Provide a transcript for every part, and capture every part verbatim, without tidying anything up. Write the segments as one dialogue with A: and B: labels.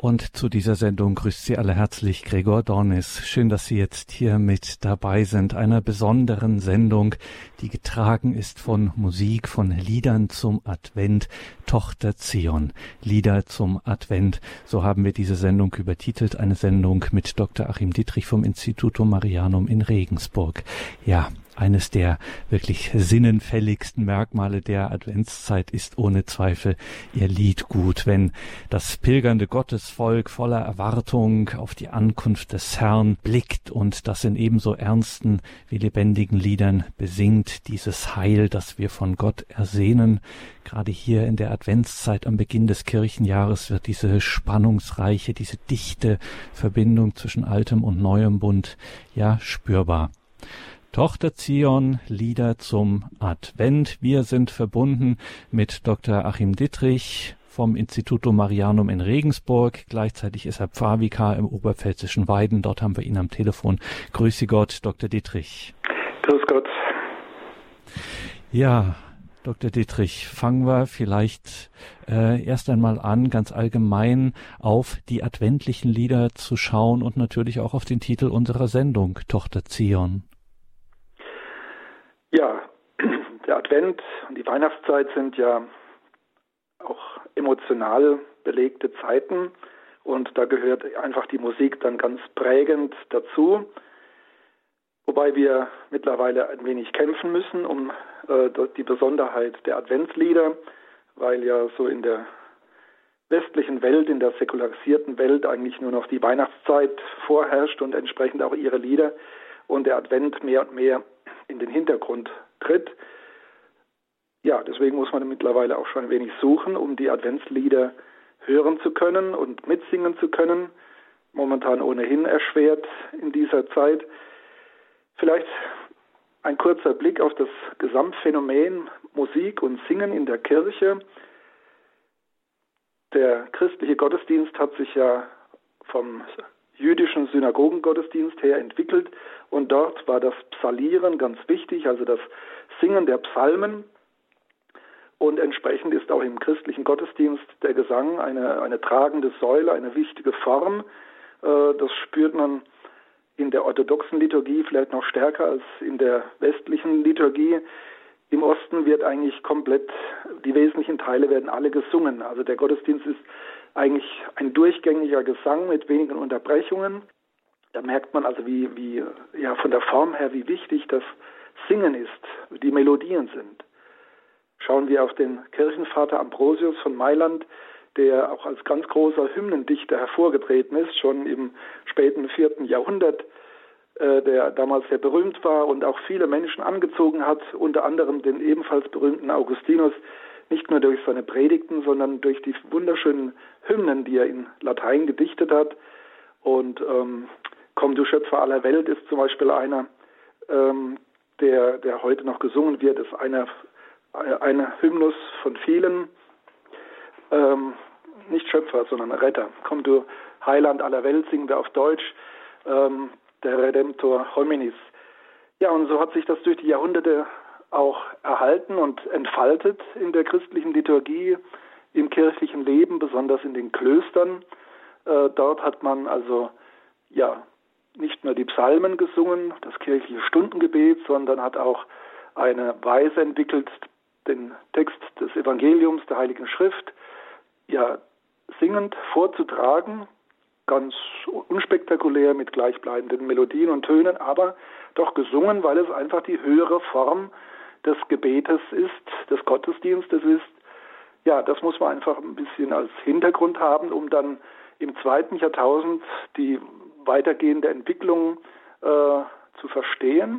A: Und zu dieser Sendung grüßt Sie alle herzlich Gregor Dornis. Schön, dass Sie jetzt hier mit dabei sind. Einer besonderen Sendung, die getragen ist von Musik, von Liedern zum Advent. Tochter Zion, Lieder zum Advent. So haben wir diese Sendung übertitelt. Eine Sendung mit Doktor Achim Dittrich vom Institutum Marianum in Regensburg. Ja, eines der wirklich sinnenfälligsten Merkmale der Adventszeit ist ohne Zweifel ihr Liedgut. Wenn das pilgernde Gottesvolk voller Erwartung auf die Ankunft des Herrn blickt und das in ebenso ernsten wie lebendigen Liedern besingt, dieses Heil, das wir von Gott ersehnen. Gerade hier in der Adventszeit am Beginn des Kirchenjahres wird diese spannungsreiche, diese dichte Verbindung zwischen altem und neuem Bund ja spürbar. Tochter Zion, Lieder zum Advent. Wir sind verbunden mit Doktor Achim Dittrich vom Institutum Marianum in Regensburg. Gleichzeitig ist er Pfarrvikar im oberpfälzischen Weiden. Dort haben wir ihn am Telefon. Grüße Gott, Doktor Dittrich.
B: Grüß Gott.
A: Ja, Doktor Dittrich, fangen wir vielleicht äh, erst einmal an, ganz allgemein auf die adventlichen Lieder zu schauen und natürlich auch auf den Titel unserer Sendung, Tochter Zion.
B: Ja, der Advent und die Weihnachtszeit sind ja auch emotional belegte Zeiten und da gehört einfach die Musik dann ganz prägend dazu, wobei wir mittlerweile ein wenig kämpfen müssen um äh, die Besonderheit der Adventslieder, weil ja so in der westlichen Welt, in der säkularisierten Welt eigentlich nur noch die Weihnachtszeit vorherrscht und entsprechend auch ihre Lieder und der Advent mehr und mehr in den Hintergrund tritt. Ja, deswegen muss man mittlerweile auch schon ein wenig suchen, um die Adventslieder hören zu können und mitsingen zu können. Momentan ohnehin erschwert in dieser Zeit. Vielleicht ein kurzer Blick auf das Gesamtphänomen Musik und Singen in der Kirche. Der christliche Gottesdienst hat sich ja vom jüdischen Synagogengottesdienst her entwickelt und dort war das Psallieren ganz wichtig, also das Singen der Psalmen und entsprechend ist auch im christlichen Gottesdienst der Gesang eine, eine tragende Säule, eine wichtige Form. Das spürt man in der orthodoxen Liturgie vielleicht noch stärker als in der westlichen Liturgie. Im Osten wird eigentlich komplett, die wesentlichen Teile werden alle gesungen, also der Gottesdienst ist eigentlich ein durchgängiger Gesang mit wenigen Unterbrechungen. Da merkt man also, wie, wie ja, von der Form her, wie wichtig das Singen ist, die Melodien sind. Schauen wir auf den Kirchenvater Ambrosius von Mailand, der auch als ganz großer Hymnendichter hervorgetreten ist, schon im späten vierten Jahrhundert, äh, der damals sehr berühmt war und auch viele Menschen angezogen hat, unter anderem den ebenfalls berühmten Augustinus, nicht nur durch seine Predigten, sondern durch die wunderschönen Hymnen, die er in Latein gedichtet hat. Und ähm, Komm, du Schöpfer aller Welt ist zum Beispiel einer, ähm, der, der heute noch gesungen wird, ist einer, eine Hymnus von vielen, ähm, nicht Schöpfer, sondern Retter. Komm, du Heiland aller Welt, singen wir auf Deutsch, ähm, der Redemptor hominis. Ja, und so hat sich das durch die Jahrhunderte auch erhalten und entfaltet in der christlichen Liturgie, im kirchlichen Leben, besonders in den Klöstern. Äh, dort hat man also ja nicht nur die Psalmen gesungen, das kirchliche Stundengebet, sondern hat auch eine Weise entwickelt, den Text des Evangeliums, der Heiligen Schrift, ja singend vorzutragen, ganz unspektakulär mit gleichbleibenden Melodien und Tönen, aber doch gesungen, weil es einfach die höhere Form des Gebetes ist, des Gottesdienstes ist. Ja, das muss man einfach ein bisschen als Hintergrund haben, um dann im zweiten Jahrtausend die weitergehende Entwicklung äh, zu verstehen.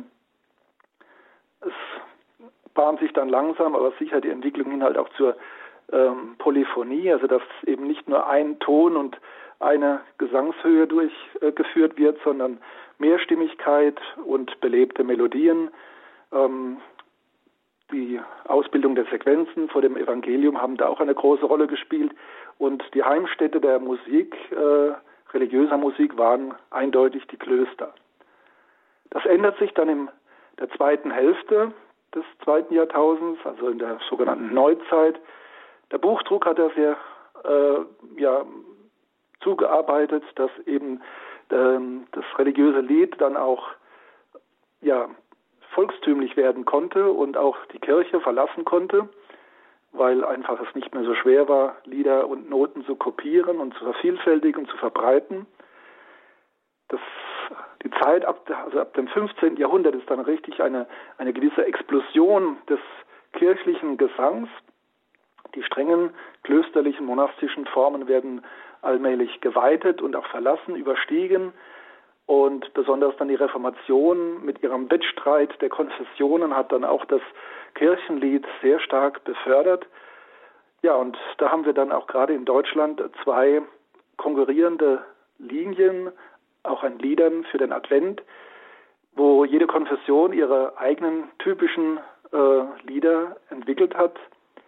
B: Es bahnt sich dann langsam, aber sicher die Entwicklung hin halt auch zur ähm, Polyphonie, also dass eben nicht nur ein Ton und eine Gesangshöhe durchgeführt äh, wird, sondern Mehrstimmigkeit und belebte Melodien. Ähm, die Ausbildung der Sequenzen vor dem Evangelium haben da auch eine große Rolle gespielt und die Heimstätte der Musik, äh, religiöser Musik, waren eindeutig die Klöster. Das ändert sich dann in der zweiten Hälfte des zweiten Jahrtausends, also in der sogenannten Neuzeit. Der Buchdruck hat ja sehr äh, ja, zugearbeitet, dass eben ähm, das religiöse Lied dann auch ja, volkstümlich werden konnte und auch die Kirche verlassen konnte, weil einfach es nicht mehr so schwer war, Lieder und Noten zu kopieren und zu vervielfältigen und zu verbreiten. Das, die Zeit ab, also ab dem fünfzehnten Jahrhundert ist dann richtig eine, eine gewisse Explosion des kirchlichen Gesangs. Die strengen klösterlichen, monastischen Formen werden allmählich geweitet und auch verlassen, überstiegen. Und besonders dann die Reformation mit ihrem Wettstreit der Konfessionen hat dann auch das Kirchenlied sehr stark befördert. Ja, und da haben wir dann auch gerade in Deutschland zwei konkurrierende Linien, auch an Liedern für den Advent, wo jede Konfession ihre eigenen typischen äh, Lieder entwickelt hat.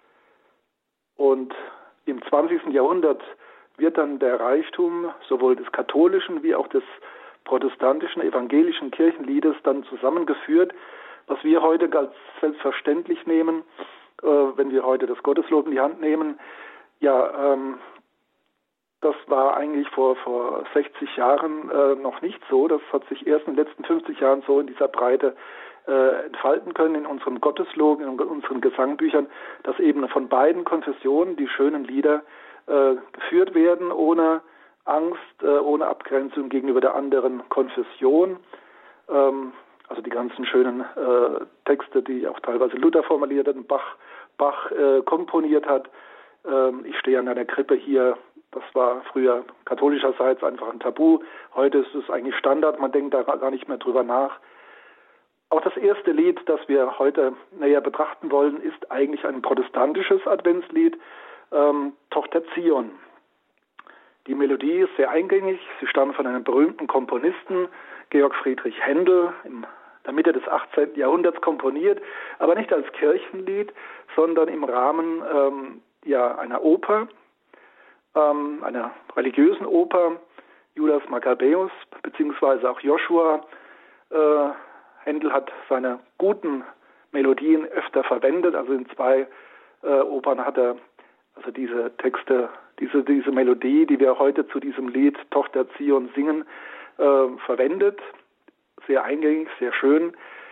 B: Und im zwanzigsten Jahrhundert wird dann der Reichtum sowohl des katholischen wie auch des protestantischen, evangelischen Kirchenliedes dann zusammengeführt, was wir heute als selbstverständlich nehmen, äh, wenn wir heute das Gotteslob in die Hand nehmen. Ja, ähm, das war eigentlich vor, vor sechzig Jahren äh, noch nicht so. Das hat sich erst in den letzten fünfzig Jahren so in dieser Breite äh, entfalten können in unserem Gotteslob, in unseren Gesangbüchern, dass eben von beiden Konfessionen die schönen Lieder äh, geführt werden, ohne Angst, äh, ohne Abgrenzung gegenüber der anderen Konfession. Ähm, also die ganzen schönen äh, Texte, die auch teilweise Luther formuliert hat, Bach, Bach äh, komponiert hat. Ähm, ich stehe an einer Krippe hier. Das war früher katholischerseits einfach ein Tabu. Heute ist es eigentlich Standard. Man denkt da gar nicht mehr drüber nach. Auch das erste Lied, das wir heute näher betrachten wollen, ist eigentlich ein protestantisches Adventslied, ähm, Tochter Zion. Die Melodie ist sehr eingängig. Sie stammt von einem berühmten Komponisten, Georg Friedrich Händel, in der Mitte des achtzehnten Jahrhunderts komponiert, aber nicht als Kirchenlied, sondern im Rahmen ähm, ja, einer Oper, ähm, einer religiösen Oper, Judas Maccabäus, beziehungsweise auch Joshua. Äh, Händel hat seine guten Melodien öfter verwendet, also in zwei äh, Opern hat er also diese Texte, diese, diese Melodie, die wir heute zu diesem Lied Tochter Zion singen, äh, verwendet. Sehr eingängig, sehr schön.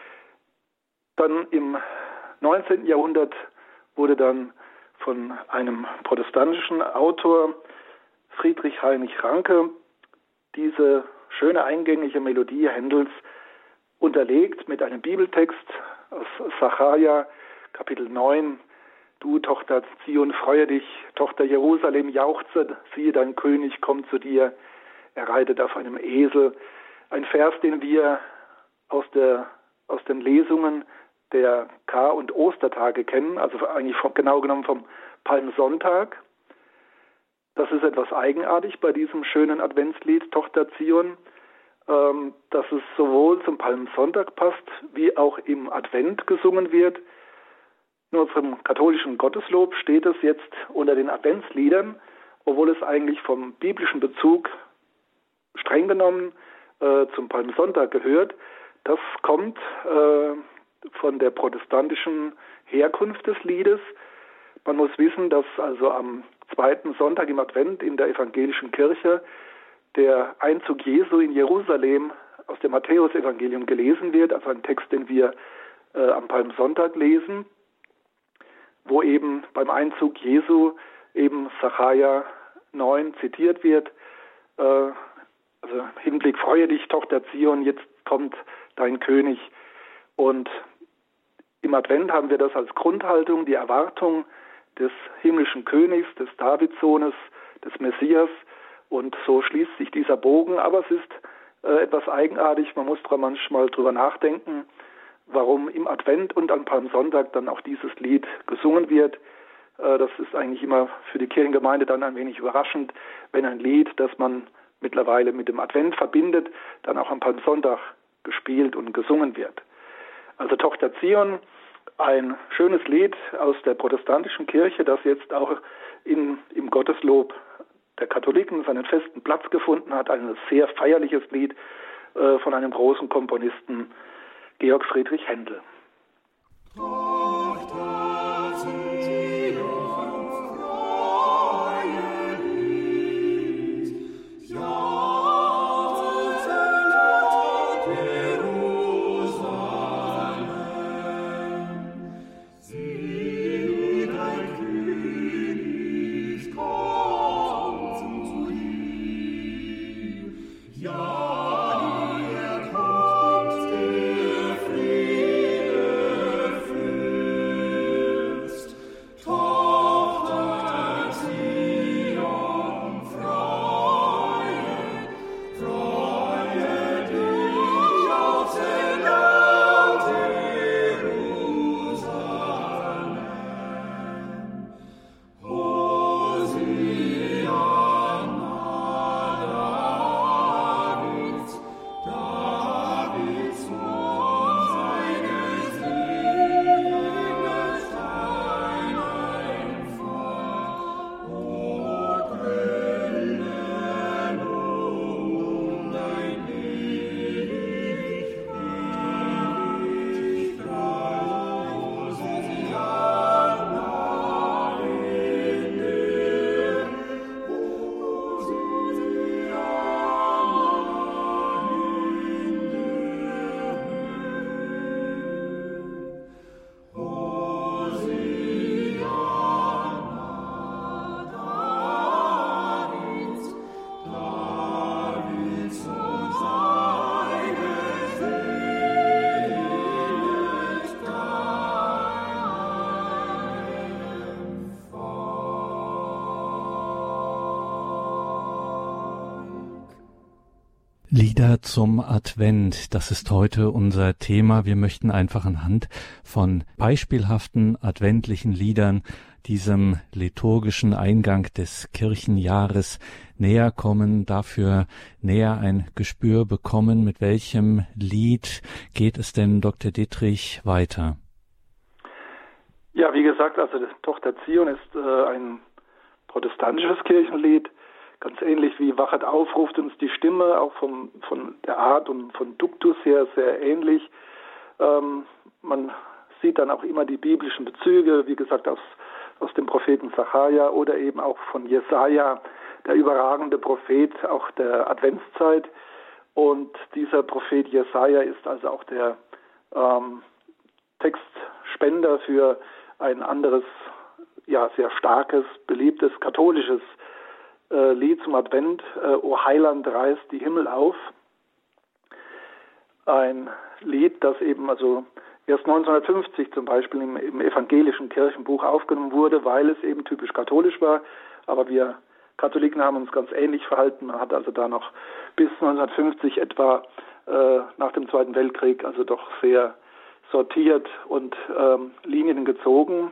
B: Dann im neunzehnten Jahrhundert wurde dann von einem protestantischen Autor, Friedrich Heinrich Ranke, diese schöne eingängige Melodie Händels unterlegt mit einem Bibeltext aus Sacharja, Kapitel neun. Du, Tochter Zion, freue dich, Tochter Jerusalem, jauchze, siehe, dein König kommt zu dir, er reitet auf einem Esel. Ein Vers, den wir aus, der, aus den Lesungen der Kar- und Ostertage kennen, also eigentlich vom, genau genommen vom Palmsonntag. Das ist etwas eigenartig bei diesem schönen Adventslied, Tochter Zion, ähm, dass es sowohl zum Palmsonntag passt, wie auch im Advent gesungen wird. In unserem katholischen Gotteslob steht es jetzt unter den Adventsliedern, obwohl es eigentlich vom biblischen Bezug streng genommen äh, zum Palmsonntag gehört. Das kommt äh, von der protestantischen Herkunft des Liedes. Man muss wissen, dass also am zweiten Sonntag im Advent in der evangelischen Kirche der Einzug Jesu in Jerusalem aus dem Matthäusevangelium gelesen wird, also ein Text, den wir äh, am Palmsonntag lesen, wo eben beim Einzug Jesu eben Sacharja neun zitiert wird. Äh, also Hinblick, freue dich, Tochter Zion, jetzt kommt dein König. Und im Advent haben wir das als Grundhaltung, die Erwartung des himmlischen Königs, des Davidsohnes, des Messias. Und so schließt sich dieser Bogen. Aber es ist äh, etwas eigenartig, man muss da manchmal drüber nachdenken, warum im Advent und am Palmsonntag dann auch dieses Lied gesungen wird. Äh, das ist eigentlich immer für die Kirchengemeinde dann ein wenig überraschend, wenn ein Lied, das man mittlerweile mit dem Advent verbindet, dann auch am Palmsonntag gespielt und gesungen wird. Also Tochter Zion, ein schönes Lied aus der protestantischen Kirche, das jetzt auch in, im Gotteslob der Katholiken seinen festen Platz gefunden hat. Ein sehr feierliches Lied äh, von einem großen Komponisten, Georg Friedrich Händel.
A: Lieder zum Advent, das ist heute unser Thema. Wir möchten einfach anhand von beispielhaften adventlichen Liedern diesem liturgischen Eingang des Kirchenjahres näher kommen, dafür näher ein Gespür bekommen. Mit welchem Lied geht es denn, Doktor Dittrich, weiter?
B: Ja, wie gesagt, also Tochter Zion ist äh, ein protestantisches Kirchenlied. Ganz ähnlich wie Wachet auf, ruft uns die Stimme, auch vom, von der Art und von Duktus her sehr ähnlich. Ähm, man sieht dann auch immer die biblischen Bezüge, wie gesagt, aus, aus dem Propheten Sacharja oder eben auch von Jesaja, der überragende Prophet auch der Adventszeit. Und dieser Prophet Jesaja ist also auch der ähm, Textspender für ein anderes, ja, sehr starkes, beliebtes, katholisches Äh, Lied zum Advent, äh, O Heiland, reißt die Himmel auf. Ein Lied, das eben also erst neunzehnhundertfünfzig zum Beispiel im, im evangelischen Kirchenbuch aufgenommen wurde, weil es eben typisch katholisch war. Aber wir Katholiken haben uns ganz ähnlich verhalten. Man hat also da noch bis neunzehnhundertfünfzig etwa äh, nach dem Zweiten Weltkrieg also doch sehr sortiert und ähm, Linien gezogen.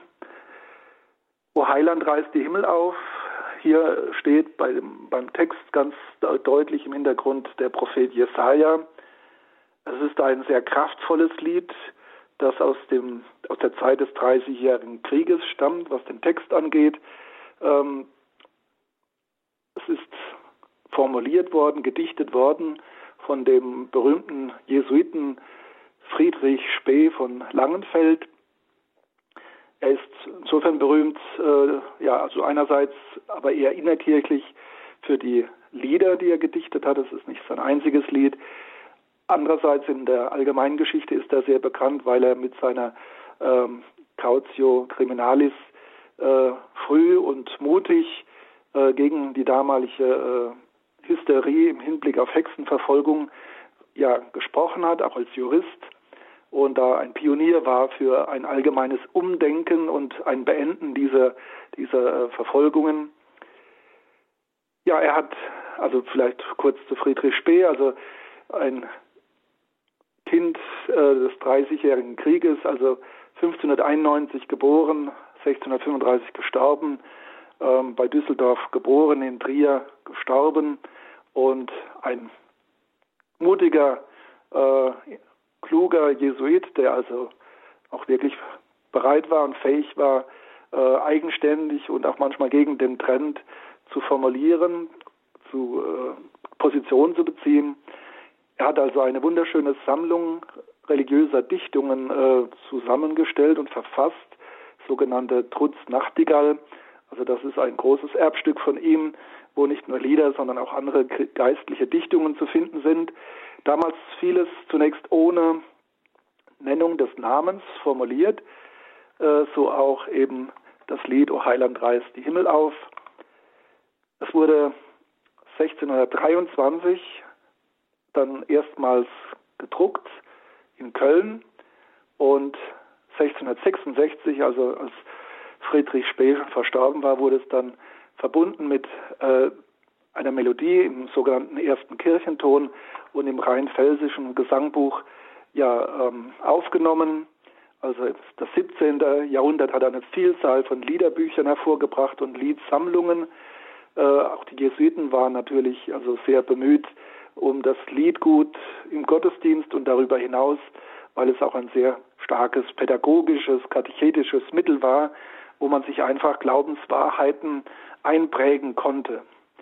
B: O Heiland, reißt die Himmel auf. Hier steht bei dem, beim Text ganz deutlich im Hintergrund der Prophet Jesaja. Es ist ein sehr kraftvolles Lied, das aus, dem, aus der Zeit des Dreißigjährigen Krieges stammt, was den Text angeht. Ähm, es ist formuliert worden, gedichtet worden von dem berühmten Jesuiten Friedrich Spee von Langenfeld. Er ist insofern berühmt, äh, ja, also einerseits aber eher innerkirchlich für die Lieder, die er gedichtet hat. Das ist nicht sein einziges Lied. Andererseits in der allgemeinen Geschichte ist er sehr bekannt, weil er mit seiner ähm, Cautio Criminalis äh, früh und mutig äh, gegen die damalige äh, Hysterie im Hinblick auf Hexenverfolgung ja gesprochen hat, auch als Jurist. Und da ein Pionier war für ein allgemeines Umdenken und ein Beenden dieser, dieser Verfolgungen. Ja, er hat, also vielleicht kurz zu Friedrich Spee, also ein Kind äh, des dreißigjährigen Krieges, also fünfzehnhunderteinundneunzig geboren, sechzehnhundertfünfunddreißig gestorben, ähm, bei Düsseldorf geboren, in Trier gestorben und ein mutiger äh, kluger Jesuit, der also auch wirklich bereit war und fähig war, äh, eigenständig und auch manchmal gegen den Trend zu formulieren, zu äh, Positionen zu beziehen. Er hat also eine wunderschöne Sammlung religiöser Dichtungen äh, zusammengestellt und verfasst, sogenannte Trutz Nachtigall. Also das ist ein großes Erbstück von ihm, wo nicht nur Lieder, sondern auch andere geistliche Dichtungen zu finden sind. Damals vieles zunächst ohne Nennung des Namens formuliert, äh, so auch eben das Lied O Heiland, reißt die Himmel auf. Es wurde sechzehnhundertdreiundzwanzig dann erstmals gedruckt in Köln und sechzehnhundertsechsundsechzig, also als Friedrich Spee schon verstorben war, wurde es dann verbunden mit äh, einer Melodie im sogenannten ersten Kirchenton und im rheinpfälzischen Gesangbuch ja ähm, aufgenommen. Also das siebzehnte. Jahrhundert hat eine Vielzahl von Liederbüchern hervorgebracht und Liedsammlungen. Äh, auch die Jesuiten waren natürlich also sehr bemüht um das Liedgut im Gottesdienst und darüber hinaus, weil es auch ein sehr starkes pädagogisches, katechetisches Mittel war, wo man sich einfach Glaubenswahrheiten einprägen konnte.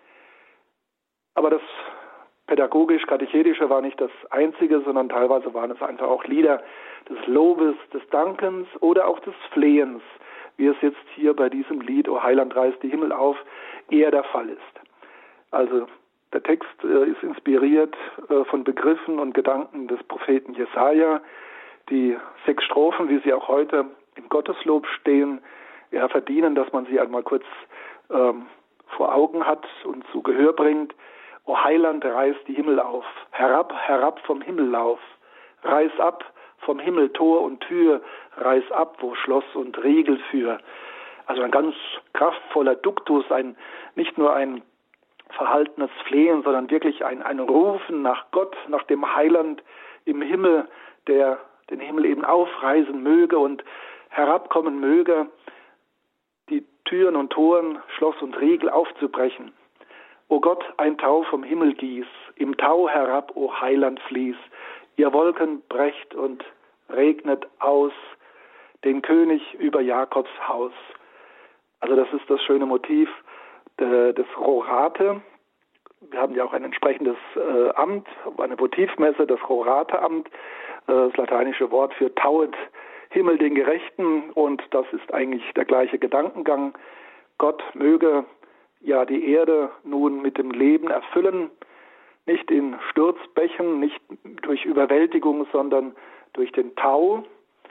B: Aber das pädagogisch-katechetische war nicht das Einzige, sondern teilweise waren es einfach auch Lieder des Lobes, des Dankens oder auch des Flehens, wie es jetzt hier bei diesem Lied O Heiland, reißt die Himmel auf eher der Fall ist. Also der Text äh, ist inspiriert äh, von Begriffen und Gedanken des Propheten Jesaja. Die sechs Strophen, wie sie auch heute im Gotteslob stehen, ja, verdienen, dass man sie einmal kurz ähm, vor Augen hat und zu Gehör bringt. O Heiland, reiß die Himmel auf, herab, herab vom Himmellauf, reiß ab vom Himmel Tor und Tür, reiß ab, wo Schloss und Riegel für. Also ein ganz kraftvoller Duktus, ein nicht nur ein verhaltenes Flehen, sondern wirklich ein, ein Rufen nach Gott, nach dem Heiland im Himmel, der den Himmel eben aufreißen möge und herabkommen möge, die Türen und Toren, Schloss und Riegel aufzubrechen. O Gott, ein Tau vom Himmel gieß, im Tau herab, o Heiland fließ, ihr Wolken brecht und regnet aus, den König über Jakobs Haus. Also das ist das schöne Motiv de, des Rorate. Wir haben ja auch ein entsprechendes äh, Amt, eine Votivmesse, das Rorate-Amt, äh, das lateinische Wort für tauet Himmel den Gerechten, und das ist eigentlich der gleiche Gedankengang. Gott möge ja die Erde nun mit dem Leben erfüllen, nicht in Sturzbächen, nicht durch Überwältigung, sondern durch den Tau.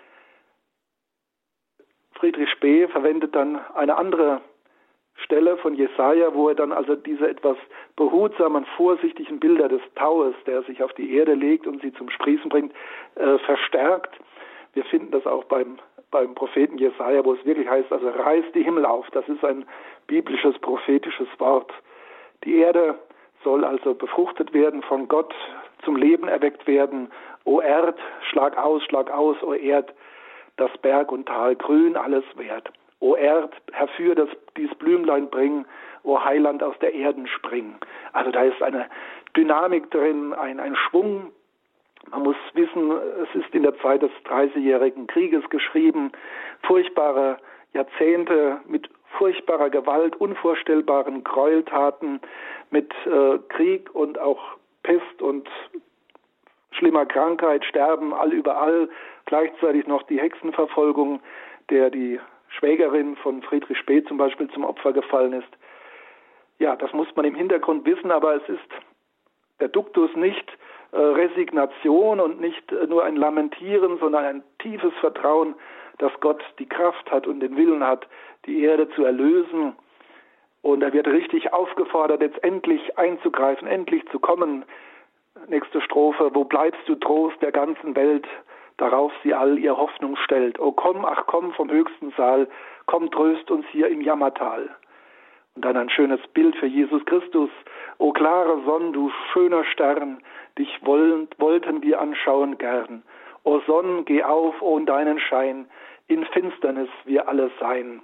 B: Friedrich Spee verwendet dann eine andere Stelle von Jesaja, wo er dann also diese etwas behutsamen, vorsichtigen Bilder des Taues, der sich auf die Erde legt und sie zum Sprießen bringt, äh, verstärkt. Wir finden das auch beim, beim Propheten Jesaja, wo es wirklich heißt, also reißt die Himmel auf. Das ist ein biblisches, prophetisches Wort. Die Erde soll also befruchtet werden, von Gott zum Leben erweckt werden. O Erd, schlag aus, schlag aus, o Erd, das Berg und Tal grün alles wert. O Erd, herfür das, dies Blümlein bring, o Heiland aus der Erden spring. Also da ist eine Dynamik drin, ein, ein Schwung. Man muss wissen, es ist in der Zeit des Dreißigjährigen Krieges geschrieben, furchtbare Jahrzehnte mit furchtbarer Gewalt, unvorstellbaren Gräueltaten, mit äh, Krieg und auch Pest und schlimmer Krankheit, Sterben allüberall, gleichzeitig noch die Hexenverfolgung, der die Schwägerin von Friedrich Spee zum Beispiel zum Opfer gefallen ist. Ja, das muss man im Hintergrund wissen, aber es ist der Duktus nicht äh, Resignation und nicht äh, nur ein Lamentieren, sondern ein tiefes Vertrauen, dass Gott die Kraft hat und den Willen hat, die Erde zu erlösen. Und er wird richtig aufgefordert, jetzt endlich einzugreifen, endlich zu kommen. Nächste Strophe: Wo bleibst du, Trost der ganzen Welt, darauf sie all ihr Hoffnung stellt. O komm, ach komm vom höchsten Saal, komm, tröst uns hier im Jammertal. Und dann ein schönes Bild für Jesus Christus. O klare Sonn, du schöner Stern, dich wollen, wollten wir anschauen gern. O Sonn, geh auf, ohn deinen Schein, in Finsternis wir alle sein.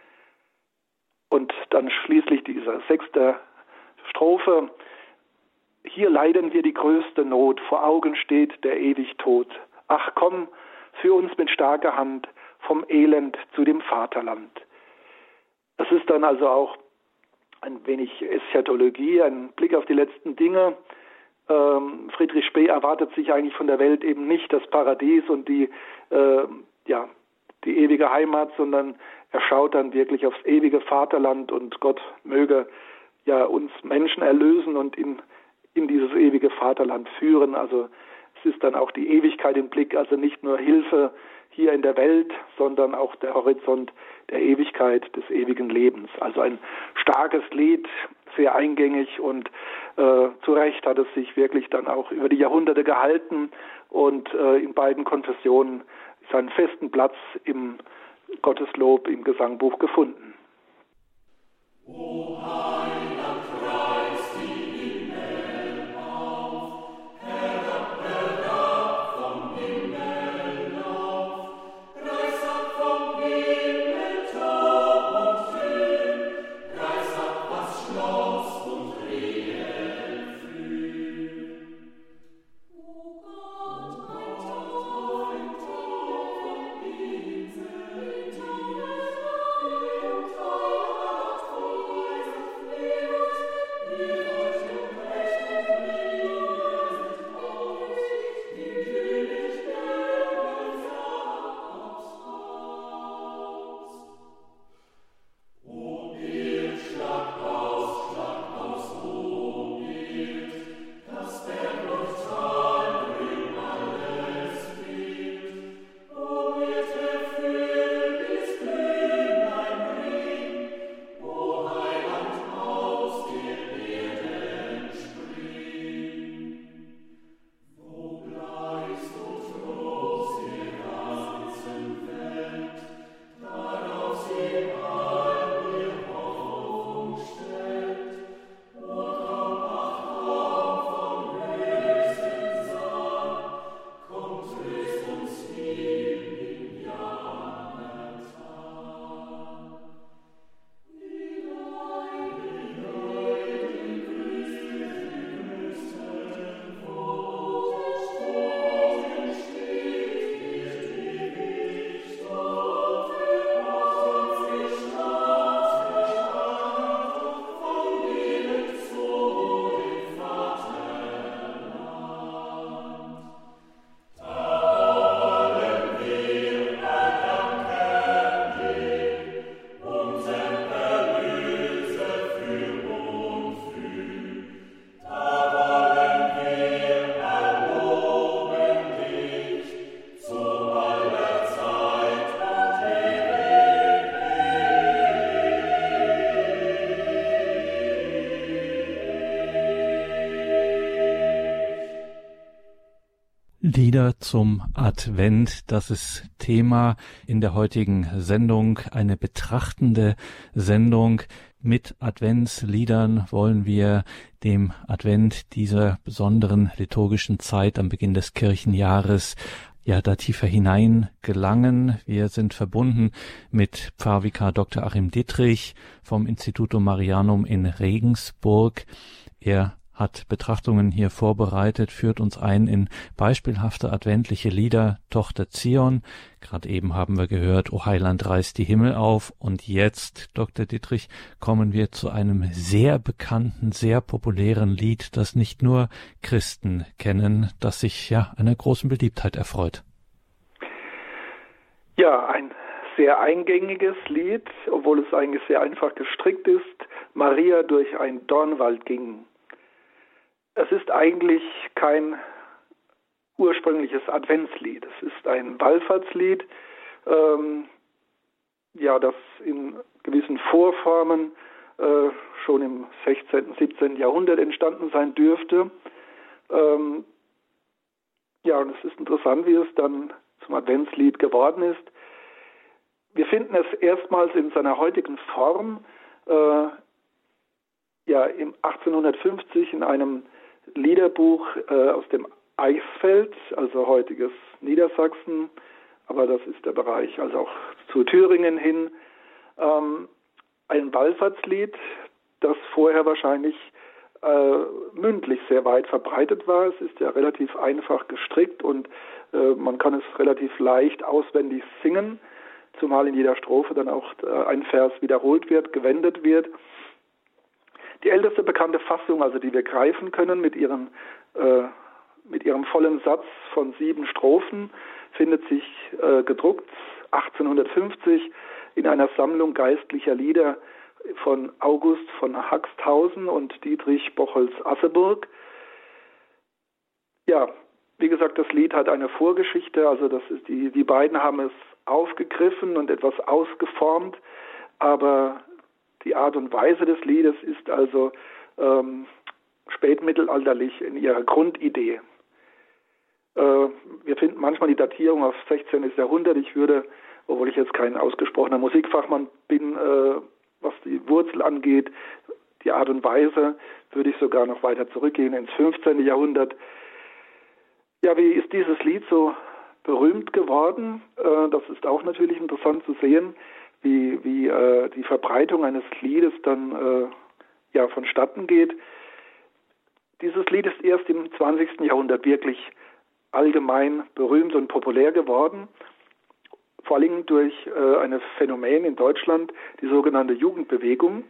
B: Und dann schließlich diese sechste Strophe. Hier leiden wir die größte Not, vor Augen steht der ewig Tod. Ach komm, für uns mit starker Hand, vom Elend zu dem Vaterland. Es ist dann also auch ein wenig Eschatologie, ein Blick auf die letzten Dinge. Ähm, Friedrich Spee erwartet sich eigentlich von der Welt eben nicht das Paradies und die, äh, ja, die ewige Heimat, sondern er schaut dann wirklich aufs ewige Vaterland, und Gott möge ja uns Menschen erlösen und in, in dieses ewige Vaterland führen. Also es ist dann auch die Ewigkeit im Blick, also nicht nur Hilfe hier in der Welt, sondern auch der Horizont der Ewigkeit, des ewigen Lebens. Also ein starkes Lied, sehr eingängig, und äh, zu Recht hat es sich wirklich dann auch über die Jahrhunderte gehalten und äh, in beiden Konfessionen seinen festen Platz im Gotteslob, im Gesangbuch gefunden.
C: Oh,
A: Lieder zum Advent, das ist Thema in der heutigen Sendung, eine betrachtende Sendung. Mit Adventsliedern wollen wir dem Advent dieser besonderen liturgischen Zeit am Beginn des Kirchenjahres ja da tiefer hinein gelangen. Wir sind verbunden mit Pfarrvikar Doktor Achim Dittrich vom Institutum Marianum in Regensburg. Er hat Betrachtungen hier vorbereitet, führt uns ein in beispielhafte adventliche Lieder, Tochter Zion. Gerade eben haben wir gehört, O Heiland, reißt die Himmel auf. Und jetzt, Doktor Dittrich, kommen wir zu einem sehr bekannten, sehr populären Lied, das nicht nur Christen kennen, das sich ja einer großen Beliebtheit erfreut.
B: Ja, ein sehr eingängiges Lied, obwohl es eigentlich sehr einfach gestrickt ist. Maria durch ein Dornwald ging. Es ist eigentlich kein ursprüngliches Adventslied. Es ist ein Wallfahrtslied, ähm, ja, das in gewissen Vorformen äh, schon im sechzehnten, siebzehnten Jahrhundert entstanden sein dürfte. Ähm, ja, und es ist interessant, wie es dann zum Adventslied geworden ist. Wir finden es erstmals in seiner heutigen Form äh, ja, im achtzehnhundertfünfzig in einem Liederbuch äh, aus dem Eichsfeld, also heutiges Niedersachsen, aber das ist der Bereich, also auch zu Thüringen hin, ähm, ein Wallfahrtslied, das vorher wahrscheinlich äh, mündlich sehr weit verbreitet war. Es ist ja relativ einfach gestrickt und äh, man kann es relativ leicht auswendig singen, zumal in jeder Strophe dann auch äh, ein Vers wiederholt wird, gewendet wird. Die älteste bekannte Fassung, also die wir greifen können mit ihrem, äh, mit ihrem vollen Satz von sieben Strophen, findet sich äh, gedruckt achtzehnhundertfünfzig in einer Sammlung geistlicher Lieder von August von Haxthausen und Dietrich Bochholz-Asseburg. Ja, wie gesagt, das Lied hat eine Vorgeschichte, also das ist die, die beiden haben es aufgegriffen und etwas ausgeformt, aber die Art und Weise des Liedes ist also ähm, spätmittelalterlich in ihrer Grundidee. Äh, wir finden manchmal die Datierung auf sechzehnten. Jahrhundert. Ich würde, obwohl ich jetzt kein ausgesprochener Musikfachmann bin, äh, was die Wurzel angeht, die Art und Weise, würde ich sogar noch weiter zurückgehen ins fünfzehnten. Jahrhundert. Ja, wie ist dieses Lied so berühmt geworden? Äh, das ist auch natürlich interessant zu sehen, wie, wie äh, die Verbreitung eines Liedes dann äh, ja, vonstatten geht. Dieses Lied ist erst im zwanzigsten. Jahrhundert wirklich allgemein berühmt und populär geworden, vor allem durch äh, ein Phänomen in Deutschland, die sogenannte Jugendbewegung.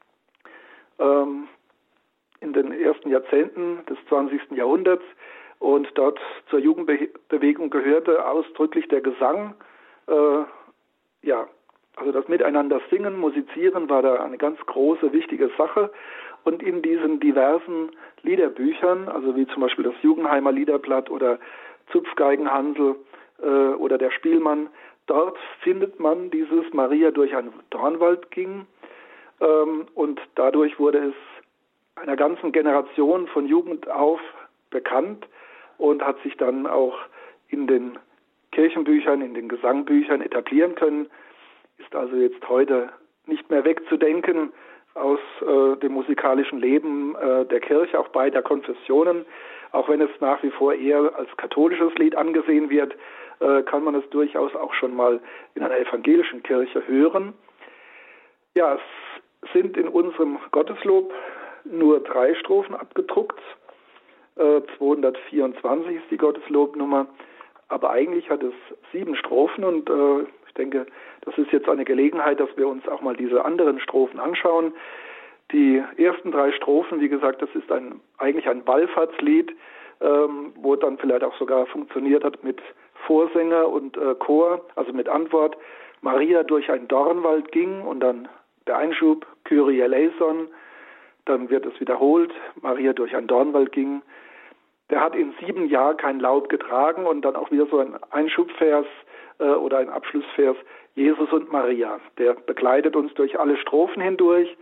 B: Ähm, in den ersten Jahrzehnten des zwanzigsten. Jahrhunderts und dort zur Jugendbewegung gehörte ausdrücklich der Gesang, äh, ja, also das Miteinander singen, musizieren war da eine ganz große, wichtige Sache. Und in diesen diversen Liederbüchern, also wie zum Beispiel das Jugendheimer Liederblatt oder Zupfgeigenhansel äh, oder der Spielmann, dort findet man dieses Maria durch einen Dornwald ging. Ähm, und dadurch wurde es einer ganzen Generation von Jugend auf bekannt und hat sich dann auch in den Kirchenbüchern, in den Gesangbüchern etablieren können. Ist also jetzt heute nicht mehr wegzudenken aus äh, dem musikalischen Leben äh, der Kirche, auch beider Konfessionen. Auch wenn es nach wie vor eher als katholisches Lied angesehen wird, äh, kann man es durchaus auch schon mal in einer evangelischen Kirche hören. Ja, es sind in unserem Gotteslob nur drei Strophen abgedruckt. Äh, zweihundertvierundzwanzig ist die Gotteslobnummer, aber eigentlich hat es sieben Strophen und äh, ich denke, das ist jetzt eine Gelegenheit, dass wir uns auch mal diese anderen Strophen anschauen. Die ersten drei Strophen, wie gesagt, das ist ein, eigentlich ein Wallfahrtslied, ähm, wo dann vielleicht auch sogar funktioniert hat mit Vorsänger und äh, Chor, also mit Antwort. Maria durch einen Dornwald ging und dann der Einschub, Kyrie eleison, dann wird es wiederholt, Maria durch einen Dornwald ging. Der hat in sieben Jahren kein Laub getragen und dann auch wieder so ein Einschubvers äh, oder ein Abschlussvers, Jesus und Maria. Der begleitet uns durch alle Strophen hindurch.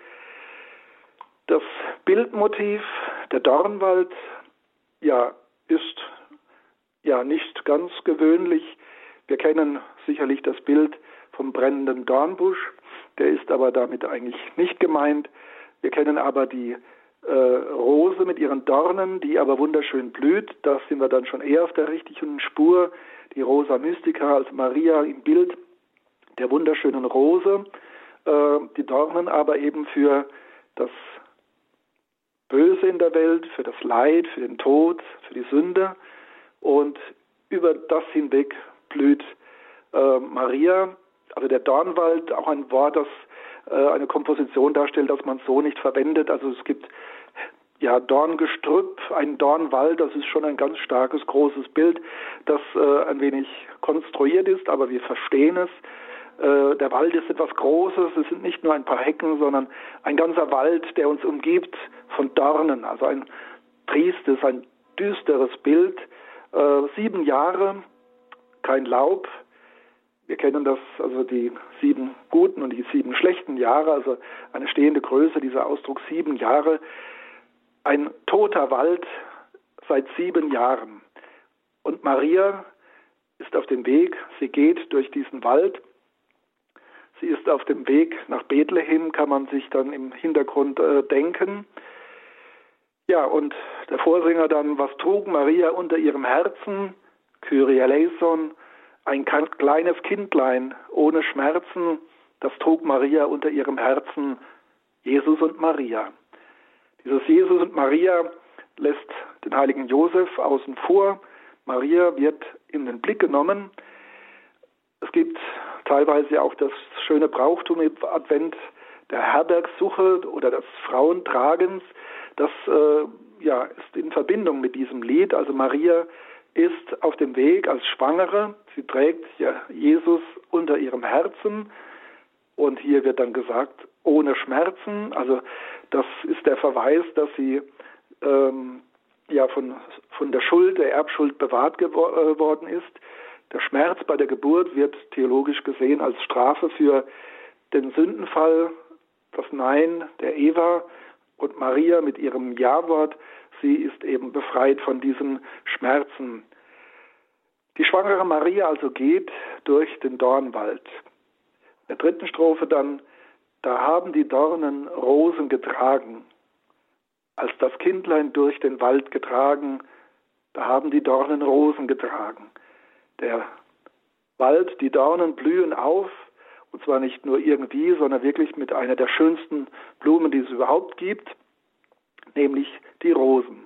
B: Das Bildmotiv, der Dornwald, ja, ist ja nicht ganz gewöhnlich. Wir kennen sicherlich das Bild vom brennenden Dornbusch, der ist aber damit eigentlich nicht gemeint. Wir kennen aber die äh, Rose mit ihren Dornen, die aber wunderschön blüht. Da sind wir dann schon eher auf der richtigen Spur. Die Rosa Mystica, also Maria im Bild der wunderschönen Rose. Äh, die Dornen aber eben für das Böse in der Welt, für das Leid, für den Tod, für die Sünde. Und über das hinweg blüht äh, Maria, also der Dornwald, auch ein Wort, das äh, eine Komposition darstellt, das man so nicht verwendet. Also es gibt ja Dorngestrüpp, ein Dornwald, das ist schon ein ganz starkes, großes Bild, das äh, ein wenig konstruiert ist, aber wir verstehen es. Äh, der Wald ist etwas Großes, es sind nicht nur ein paar Hecken, sondern ein ganzer Wald, der uns umgibt von Dornen, also ein triestes, ein düsteres Bild. Äh, sieben Jahre, kein Laub. Wir kennen das, also die sieben guten und die sieben schlechten Jahre, also eine stehende Größe, dieser Ausdruck sieben Jahre. Ein toter Wald seit sieben Jahren. Und Maria ist auf dem Weg, sie geht durch diesen Wald. Sie ist auf dem Weg nach Bethlehem, kann man sich dann im Hintergrund äh, denken. Ja, und der Vorsänger dann, was trug Maria unter ihrem Herzen? Kyrie eleison, ein kleines Kindlein ohne Schmerzen, das trug Maria unter ihrem Herzen, Jesus und Maria. Dieses Jesus und Maria lässt den heiligen Josef außen vor. Maria wird in den Blick genommen. Es gibt teilweise auch das schöne Brauchtum im Advent der Herbergsuche oder des Frauentragens. Das äh, ja, ist in Verbindung mit diesem Lied. Also Maria ist auf dem Weg als Schwangere. Sie trägt ja Jesus unter ihrem Herzen. Und hier wird dann gesagt, ohne Schmerzen. Also das ist der Verweis, dass sie ähm, ja von, von der Schuld, der Erbschuld bewahrt geworden ist. Der Schmerz bei der Geburt wird theologisch gesehen als Strafe für den Sündenfall, das Nein der Eva, und Maria mit ihrem Ja-Wort, sie ist eben befreit von diesen Schmerzen. Die schwangere Maria also geht durch den Dornwald. In der dritten Strophe dann, da haben die Dornen Rosen getragen. Als das Kindlein durch den Wald getragen, da haben die Dornen Rosen getragen. Der Wald, die Dornen blühen auf, und zwar nicht nur irgendwie, sondern wirklich mit einer der schönsten Blumen, die es überhaupt gibt, nämlich die Rosen.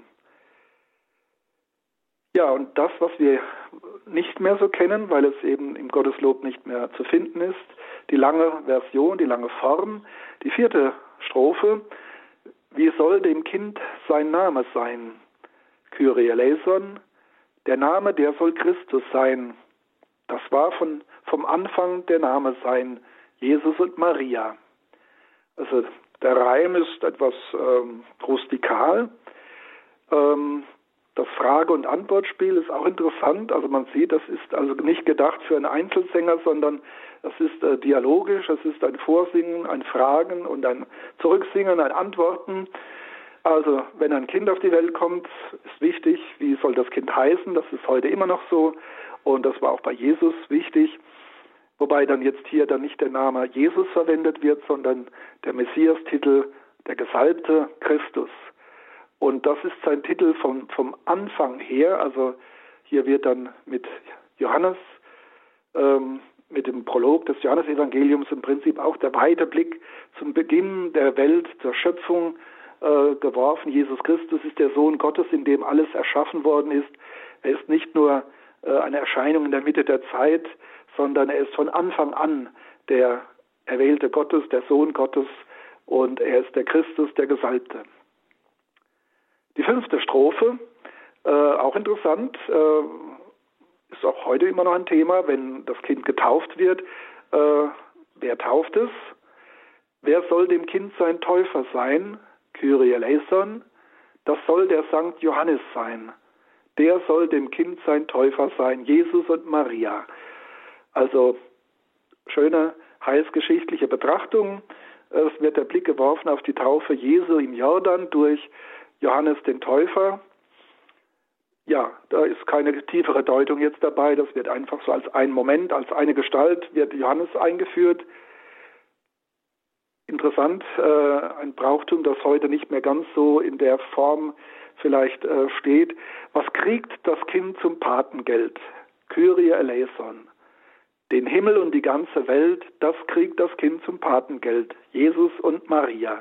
B: Ja, und das, was wir nicht mehr so kennen, weil es eben im Gotteslob nicht mehr zu finden ist, die lange Version, die lange Form, die vierte Strophe, wie soll dem Kind sein Name sein? Kyrie eleison, der Name, der soll Christus sein. Das war von, vom Anfang der Name sein, Jesus und Maria. Also der Reim ist etwas ähm, rustikal. Ähm, das Frage- und Antwortspiel ist auch interessant. Also man sieht, das ist also nicht gedacht für einen Einzelsänger, sondern es ist äh, dialogisch, es ist ein Vorsingen, ein Fragen und ein Zurücksingen, ein Antworten. Also wenn ein Kind auf die Welt kommt, ist wichtig, wie soll das Kind heißen? Das ist heute immer noch so. Und das war auch bei Jesus wichtig, wobei dann jetzt hier dann nicht der Name Jesus verwendet wird, sondern der Messias-Titel, der Gesalbte Christus. Und das ist sein Titel vom, vom Anfang her, also hier wird dann mit Johannes, ähm, mit dem Prolog des Johannesevangeliums im Prinzip auch der weite Blick zum Beginn der Welt, zur Schöpfung äh, geworfen. Jesus Christus ist der Sohn Gottes, in dem alles erschaffen worden ist. Er ist nicht nur eine Erscheinung in der Mitte der Zeit, sondern er ist von Anfang an der Erwählte Gottes, der Sohn Gottes, und er ist der Christus, der Gesalbte. Die fünfte Strophe, äh, auch interessant, äh, ist auch heute immer noch ein Thema, wenn das Kind getauft wird. Äh, wer tauft es? Wer soll dem Kind sein Täufer sein? Kyrie eleison, das soll der Sankt Johannes sein. Der soll dem Kind sein Täufer sein, Jesus und Maria. Also schöne heilsgeschichtliche Betrachtung. Es wird der Blick geworfen auf die Taufe Jesu im Jordan durch Johannes den Täufer. Ja, da ist keine tiefere Deutung jetzt dabei. Das wird einfach so als ein Moment, als eine Gestalt wird Johannes eingeführt. Interessant, äh, ein Brauchtum, das heute nicht mehr ganz so in der Form vielleicht äh, steht. Was kriegt das Kind zum Patengeld? Kyrie eleison. Den Himmel und die ganze Welt, das kriegt das Kind zum Patengeld. Jesus und Maria.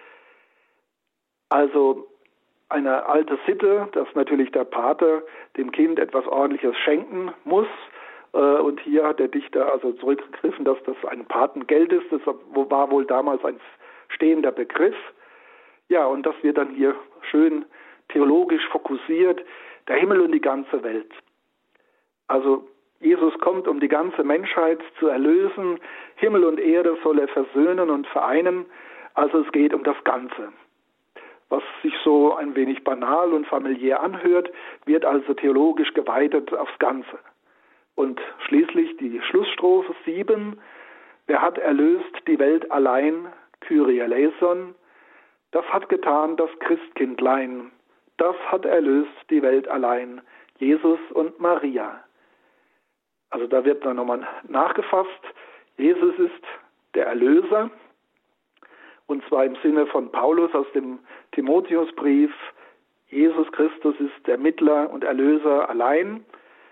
B: Also eine alte Sitte, dass natürlich der Pate dem Kind etwas Ordentliches schenken muss. Und hier hat der Dichter also zurückgegriffen, dass das ein Patengeld ist. Das war wohl damals ein stehender Begriff. Ja, und das wird dann hier schön theologisch fokussiert. Der Himmel und die ganze Welt. Also Jesus kommt, um die ganze Menschheit zu erlösen. Himmel und Erde soll er versöhnen und vereinen. Also es geht um das Ganze. Was sich so ein wenig banal und familiär anhört, wird also theologisch geweitet aufs Ganze. Und schließlich die Schlussstrophe sieben. Wer hat erlöst die Welt allein, Kyrie eleison. Das hat getan das Christkindlein. Das hat erlöst die Welt allein, Jesus und Maria. Also da wird dann nochmal nachgefasst. Jesus ist der Erlöser. Und zwar im Sinne von Paulus aus dem Timotheusbrief. Jesus Christus ist der Mittler und Erlöser allein.